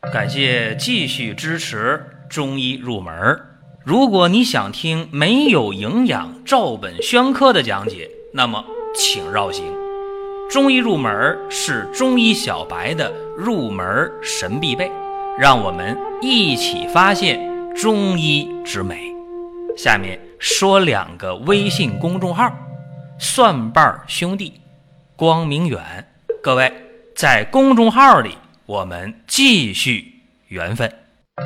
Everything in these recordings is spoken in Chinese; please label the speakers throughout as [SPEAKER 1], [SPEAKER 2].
[SPEAKER 1] 感谢继续支持中医入门。如果你想听没有营养照本宣科的讲解，那么请绕行。中医入门是中医小白的入门神必备，让我们一起发现中医之美。下面说2个微信公众号：蒜瓣兄弟、光明远。各位在公众号里，我们继续缘分。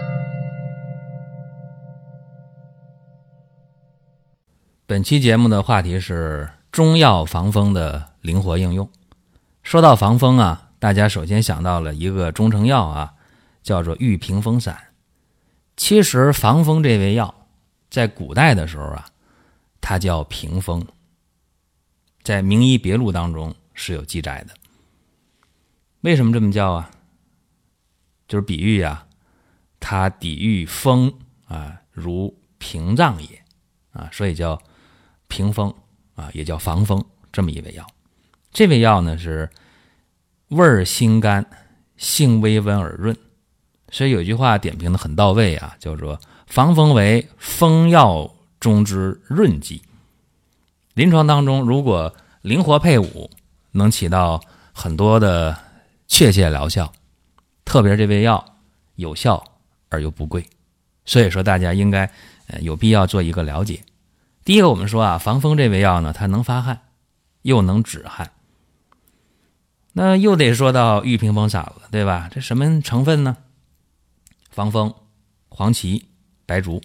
[SPEAKER 1] 本期节目的话题是中药防风的灵活应用。说到防风啊，大家首先想到了一个中成药啊，叫做玉屏风散。其实防风这味药在古代的时候啊，它叫屏风，在名医别录当中是有记载的。为什么这么叫啊？就是比喻啊，它抵御风啊，如屏障也啊，所以叫屏风啊，也叫防风，这么一味药。这味药呢是味儿辛甘，性微温而润，所以有句话点评的很到位啊，叫做防风为风药中之润剂。临床当中如果灵活配伍，能起到很多的确切疗效，特别这味药有效而又不贵，所以说大家应该有必要做一个了解。第一个我们说啊，防风这味药呢，它能发汗又能止汗。那又得说到玉屏风散了，对吧？这什么成分呢？防风、黄芪、白术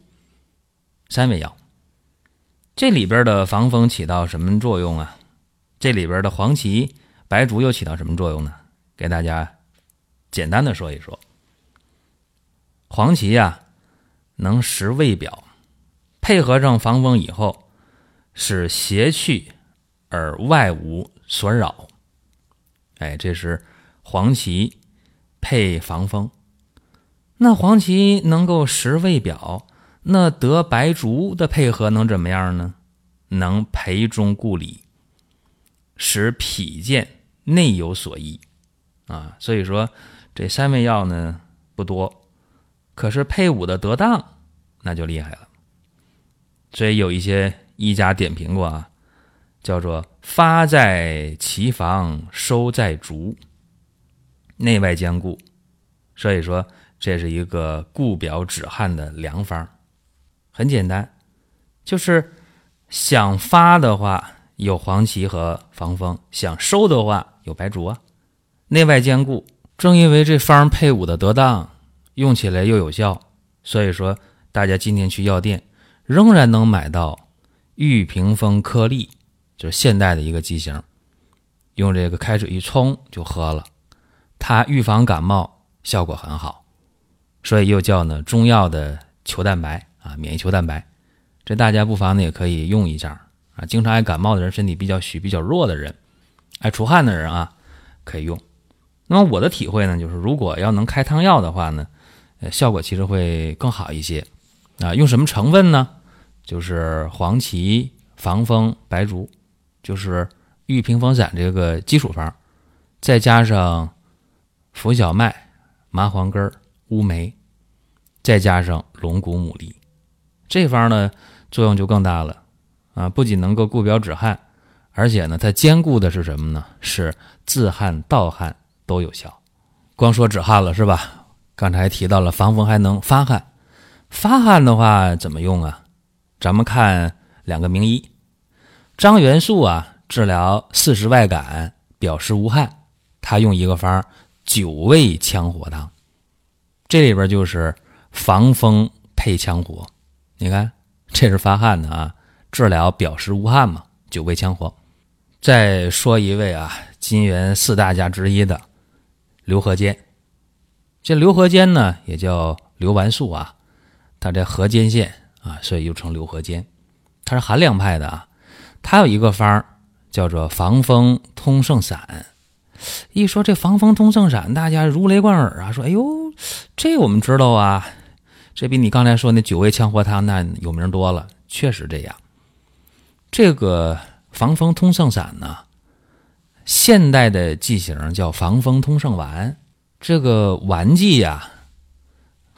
[SPEAKER 1] 3味药。这里边的防风起到什么作用啊？这里边的黄芪、白术又起到什么作用呢？给大家简单的说一说。黄芪啊，能实胃表，配合上防风以后，使邪去而外无所扰。这是黄芪配防风。那黄芪能够实胃表，那得白术的配合能怎么样呢？能培中固里，使脾健内有所益啊。所以说这3味药呢不多，可是配伍的得当那就厉害了。所以有一些医家点评过啊，叫做发在其防，收在足，内外兼顾。所以说这是一个固表止汗的良方。很简单，就是想发的话有黄芪和防风，想收的话有白术啊，内外兼顾。正因为这方配伍的得当，用起来又有效，所以说大家今天去药店仍然能买到玉屏风颗粒，就是现代的一个剂型，用这个开水一冲就喝了，它预防感冒效果很好，所以又叫呢中药的球蛋白啊，免疫球蛋白。这大家不妨呢也可以用一下啊，经常爱感冒的人，身体比较虚比较弱的人，爱出汗的人啊，可以用。那么我的体会呢，就是如果要能开汤药的话呢，效果其实会更好一些啊。用什么成分呢？就是黄芪、防风、白术，就是玉屏风散这个基础方，再加上浮小麦、麻黄根、乌梅，再加上龙骨、牡蛎，这方呢作用就更大了啊！不仅能够固表止汗，而且呢它兼顾的是什么呢？是自汗、盗汗都有效。光说止汗了是吧？刚才提到了防风还能发汗。发汗的话怎么用啊？咱们看2个名医。张元素啊，治疗40外感、表实无汗，他用一个方9味羌活汤。这里边就是防风配羌活，你看这是发汗的啊，治疗表实无汗嘛，9味羌活。再说一位啊，金元4大家之一的刘和坚。这刘和坚呢也叫刘完素啊，他在河间县啊，所以又称刘和坚。他是韩凉派的啊，他有一个方叫做防风通圣散。一说这防风通圣散，大家如雷贯耳啊，说哎呦，这我们知道啊，这比你刚才说那9味羌活汤那有名多了。确实这样。这个防风通圣散呢，现代的剂型叫防风通圣丸。这个丸剂呀，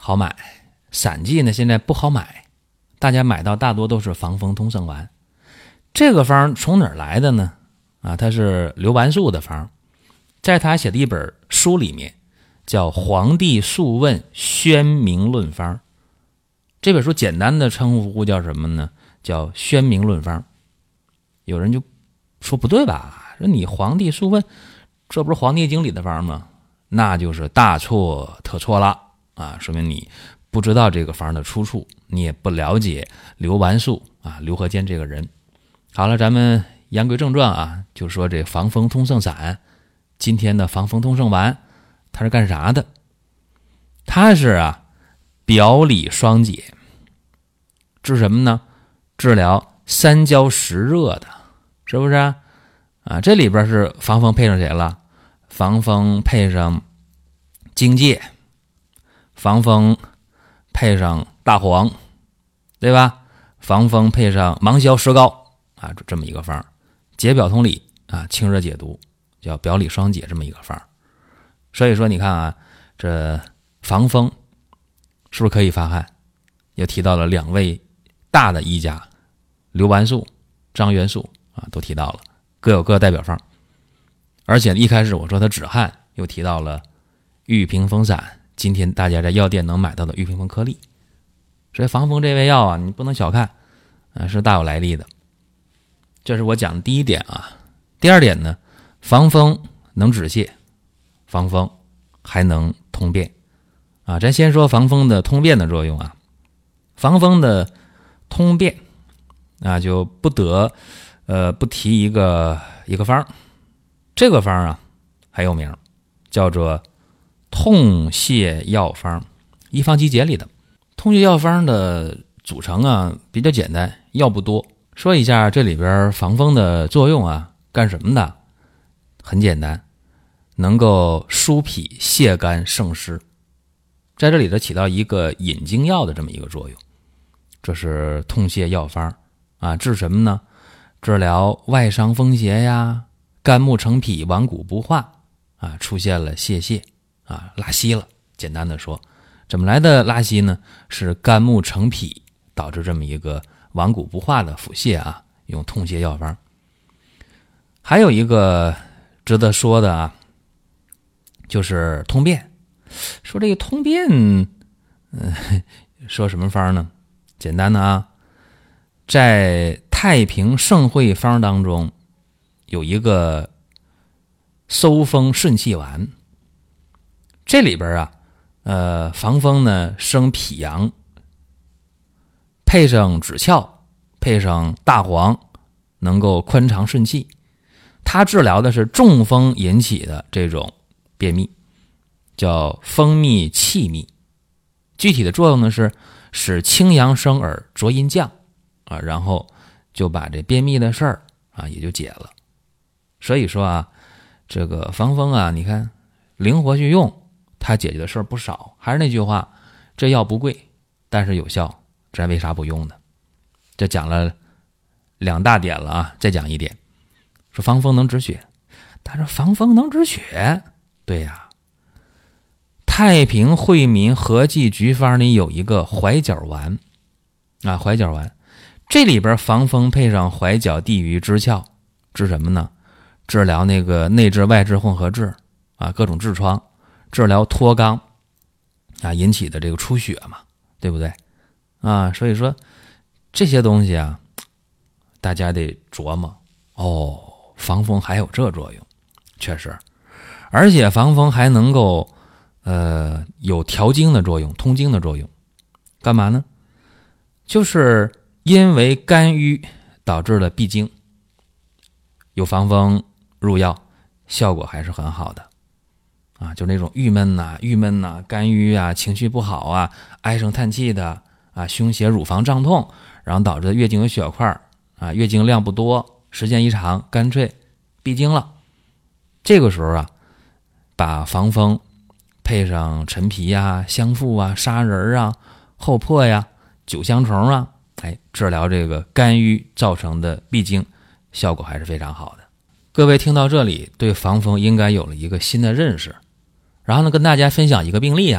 [SPEAKER 1] 好买，散剂呢现在不好买，大家买到大多都是防风通圣丸。这个方从哪儿来的呢？它是刘完素的方，在他写的一本书里面叫《黄帝素问宣明论方》，这本书简单的称呼叫什么呢？叫宣明论方。有人就说不对吧，说你黄帝素问这不是黄帝经里的方吗？那就是大错特错了说明你不知道这个方的出处，你也不了解刘完素刘和坚这个人。好了，咱们言归正传就说这防风通圣散，今天的防风通圣丸它是干啥的？它是表里双解，治什么呢？治疗三焦实热的，是不是这里边是防风配上谁了？防风配上荆芥，防风配上大黄，对吧？防风配上芒硝石膏这么一个方，解表通里清热解毒，叫表里双解这么一个方。所以说你看这防风是不是可以发汗？又提到了两位大的医家，刘完素、张元素都提到了，各有各代表方。而且一开始我说他止汗，又提到了玉屏风散，今天大家在药店能买到的玉屏风颗粒。所以防风这味药你不能小看是大有来历的。这是我讲的第一点第二点呢，防风能止泻，防风还能通便咱先说防风的通便的作用防风的通便就不得不提一个方。这个方很有名，叫做痛泻药方，医方集解里的。痛泻药方的组成比较简单，药不多。说一下这里边防风的作用干什么的？很简单，能够疏脾泻肝胜湿，在这里头起到一个引经药的这么一个作用。这是痛泻药方治什么呢？治疗外伤风邪呀，肝木成脾，顽固不化出现了泄泻拉稀了。简单的说，怎么来的拉稀呢？是肝木成脾导致这么一个顽固不化的腹泻用痛泻药方。还有一个值得说的就是通便。说这个通便说什么方呢？简单的在太平盛会方当中有一个收风顺气丸，这里边防风呢生脾阳，配上枳壳，配上大黄，能够宽肠顺气。它治疗的是中风引起的这种便秘，叫风秘气秘。具体的作用呢是使清阳生耳，浊阴降然后就把这便秘的事儿也就解了。所以说这个防风你看灵活去用，它解决的事儿不少。还是那句话，这药不贵，但是有效，咱为啥不用呢？这讲了两大点了再讲一点，说防风能止血。但是防风能止血，对呀，太平惠民和剂局方里有一个怀角丸怀角丸，这里边防风配上怀角、地榆、知壳，治什么呢？治疗那个内痔外痔混合痔各种痔疮，治疗脱肛引起的这个出血嘛，对不对所以说这些东西大家得琢磨防风还有这作用，确实。而且防风还能够有调经的作用，通经的作用。干嘛呢？就是因为肝郁导致了闭经，有防风入药，效果还是很好的就那种郁闷肝郁情绪不好唉声叹气的胸胁乳房胀痛，然后导致月经有血块月经量不多，时间一长干脆闭经了。这个时候把防风配上陈皮香附砂仁厚朴九香虫治疗这个肝郁造成的闭经，效果还是非常好的。各位听到这里，对防风应该有了一个新的认识。然后呢，跟大家分享一个病例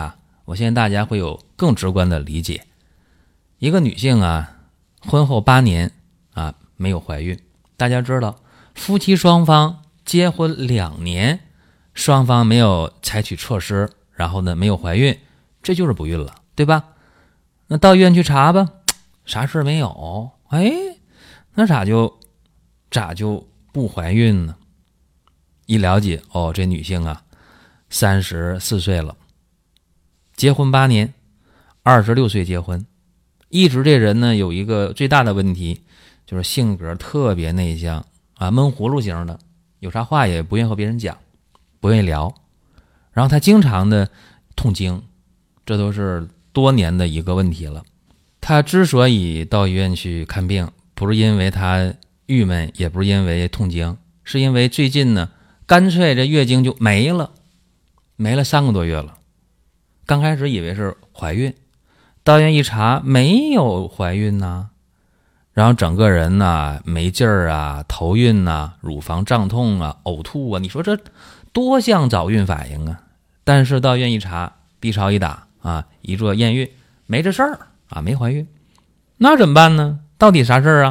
[SPEAKER 1] 我相信大家会有更直观的理解。一个女性啊，婚后8年啊没有怀孕，大家知道夫妻双方结婚2年，双方没有采取措施，然后呢没有怀孕，这就是不孕了，对吧？那到医院去查吧，啥事没有，那咋就不怀孕呢？一了解，这女性啊34岁了，结婚8年，26岁结婚，一直这人呢有一个最大的问题，就是性格特别内向啊，闷葫芦型的，有啥话也不愿意和别人讲，不愿意聊。然后他经常的痛经，这都是多年的一个问题了。他之所以到医院去看病，不是因为他郁闷，也不是因为痛经，是因为最近呢干脆这月经就没了3个多月了。刚开始以为是怀孕，到医院一查没有怀孕呐，然后整个人呐没劲儿啊，头晕呐，乳房胀痛啊，呕吐啊，你说这多像早孕反应啊。但是到医院一查 B 超一打啊，一做验孕没这事儿啊，没怀孕。那怎么办呢？到底啥事儿啊？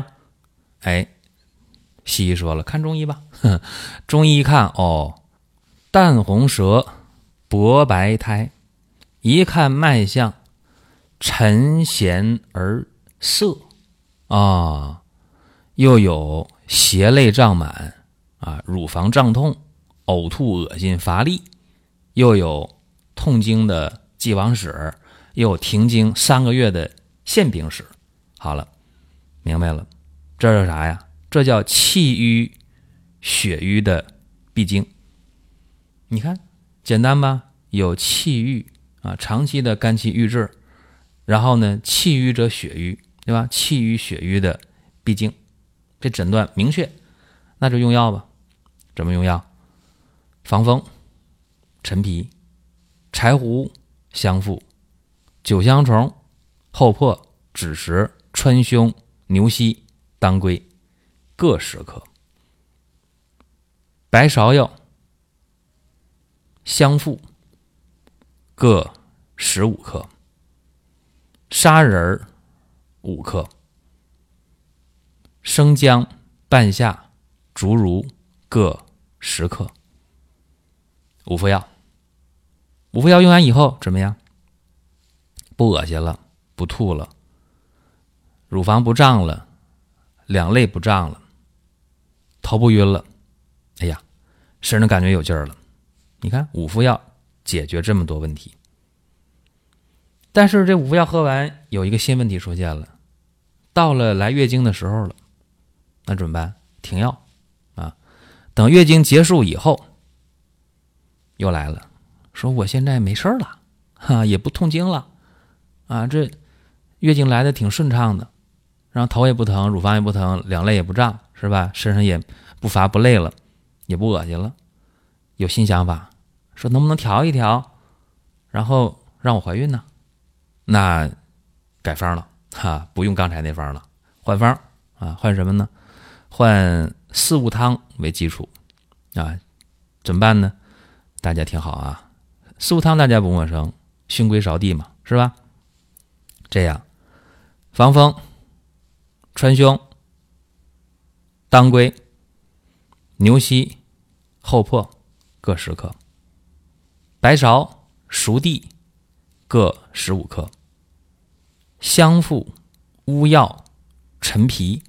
[SPEAKER 1] 西医说了，看中医吧。中医一看，淡红舌，薄白苔，一看脉象沉弦而涩啊，又有胁肋胀满啊，乳房胀痛，呕吐恶心乏力，又有痛经的既往史，又有停经3个月的现病史。好了，明白了，这是啥呀？这叫气瘀血瘀的闭经。你看简单吧，有气郁啊，长期的肝气郁滞，然后呢气瘀者血瘀，对吧？气瘀血瘀的闭经，这诊断明确，那就用药吧。怎么用药？防风、陈皮、柴胡、香附、九香虫、厚朴、枳实、川芎、牛膝、当归各10克，白芍药、香附各15克，砂仁5克，生姜、半夏、竹茹各10克。五副药用完以后怎么样？不恶心了，不吐了，乳房不胀了，两肋不胀了，头不晕了，身上感觉有劲儿了。你看5副药解决这么多问题。但是这5副药喝完，有一个新问题出现了，到了来月经的时候了，那怎么办？停药啊！等月经结束以后，又来了，说我现在没事了，也不痛经了啊，这月经来的挺顺畅的，然后头也不疼，乳房也不疼，两肋也不胀，是吧？身上也不乏不累了，也不恶心了。有新想法，说能不能调一调，然后让我怀孕呢？那改方了不用刚才那方了，换方啊，换什么呢？换四物汤为基础啊。怎么办呢？大家听好啊，四物汤大家不陌生，熏归芍地嘛，是吧？这样，防风、川芎、当归、牛膝、厚朴各10克，白芍、熟地各15克，香附、乌药、陈皮、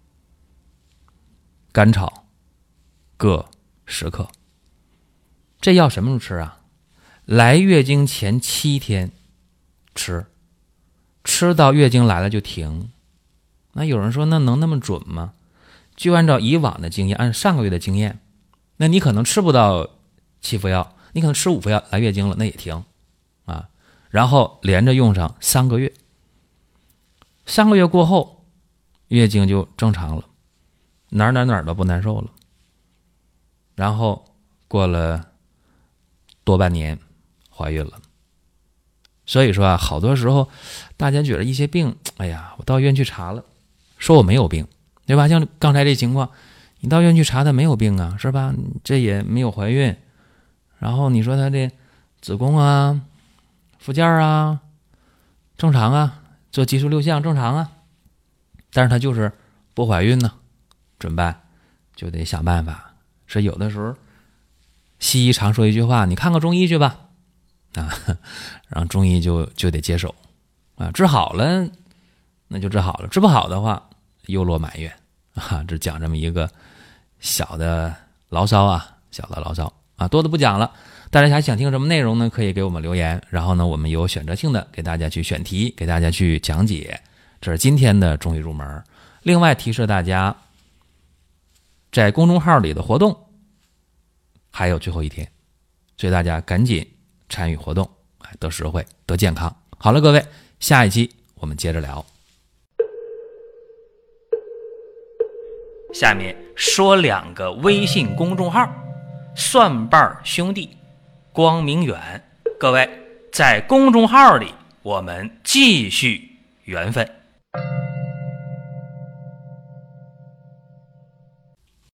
[SPEAKER 1] 甘草各10克。这药什么时候吃啊？来月经前7天吃，吃到月经来了就停。那有人说那能那么准吗？就按照以往的经验，按上个月的经验，那你可能吃不到7副药，你可能吃5副药来月经了，那也停啊。然后连着用上3个月，3个月过后月经就正常了，哪儿都不难受了。然后过了多半年怀孕了。所以说啊，好多时候大家觉得一些病，我到医院去查了，说我没有病，对吧？像刚才这情况，你到医院去查他没有病啊，是吧？这也没有怀孕，然后你说他这子宫啊、 附件啊，正常啊，做激素6项正常啊，但是她就是不怀孕呢，怎么办？就得想办法。所以有的时候西医常说一句话，你看看中医去吧，啊，然后中医就得接手啊，治好了那就治好了，治不好的话忧罗埋怨啊。这讲这么一个小的牢骚啊，小的牢骚啊，多的不讲了。大家还想听什么内容呢？可以给我们留言，然后呢，我们有选择性的给大家去选题，给大家去讲解。这是今天的中医入门。另外提示大家，在公众号里的活动还有最后一天，所以大家赶紧参与活动，得实惠，得健康。好了，各位，下一期我们接着聊。下面说2个微信公众号：蒜瓣兄弟、光明远。各位在公众号里，我们继续缘分。